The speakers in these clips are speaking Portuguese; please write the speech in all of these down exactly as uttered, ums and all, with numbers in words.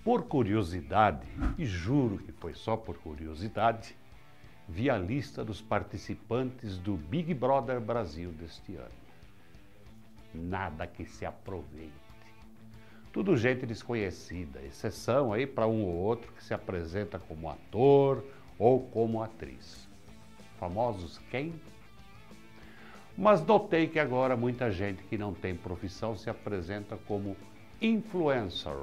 Por curiosidade, e juro que foi só por curiosidade, vi a lista dos participantes do Big Brother Brasil deste ano. Nada que se aproveite. Tudo gente desconhecida, exceção aí para um ou outro que se apresenta como ator ou como atriz. Famosos quem? Mas notei que agora muita gente que não tem profissão se apresenta como influencer,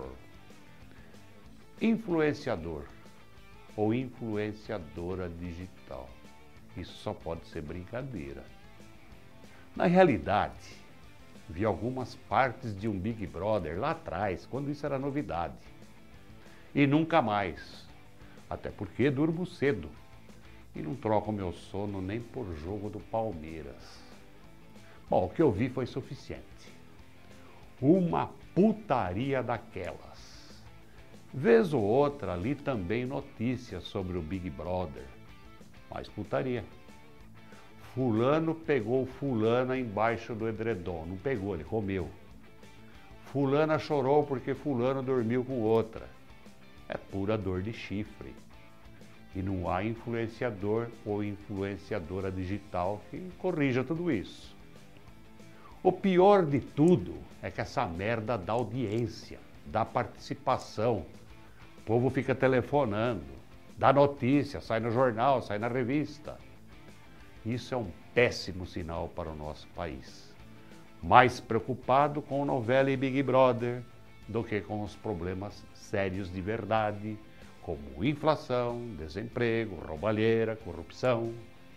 influenciador ou influenciadora digital. Isso só pode ser brincadeira. Na realidade, vi algumas partes de um Big Brother lá atrás, quando isso era novidade. E nunca mais. Até porque durmo cedo e não troco meu sono nem por jogo do Palmeiras. Bom, o que eu vi foi suficiente. Uma putaria daquelas. Vez ou outra ali também notícias sobre o Big Brother. Mas putaria. Fulano pegou fulana embaixo do edredom. Não pegou, ele comeu. Fulana chorou porque fulano dormiu com outra. É pura dor de chifre. E não há influenciador ou influenciadora digital que corrija tudo isso. O pior de tudo é que essa merda dá audiência, dá participação. O povo fica telefonando, dá notícia, sai no jornal, sai na revista. Isso é um péssimo sinal para o nosso país. Mais preocupado com novela e Big Brother do que com os problemas sérios de verdade, como inflação, desemprego, roubalheira, corrupção.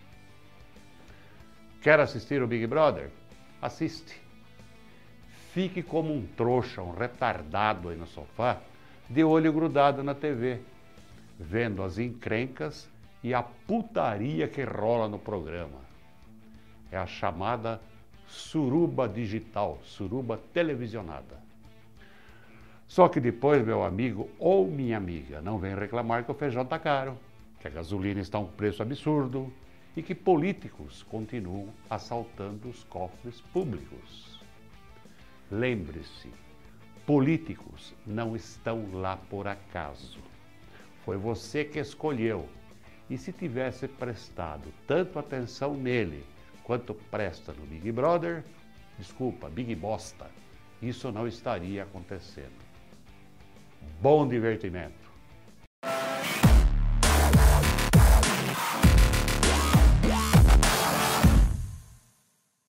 Quer assistir o Big Brother? Assiste. Fique como um trouxa, um retardado aí no sofá, de olho grudado na T V, vendo as encrencas e a putaria que rola no programa. É a chamada suruba digital, suruba televisionada. Só que depois, meu amigo ou minha amiga, não vem reclamar que o feijão está caro, que a gasolina está a um preço absurdo e que políticos continuam assaltando os cofres públicos. Lembre-se, políticos não estão lá por acaso. Foi você que escolheu. E se tivesse prestado tanto atenção nele quanto presta no Big Brother, desculpa, Big Bosta, isso não estaria acontecendo. Bom divertimento.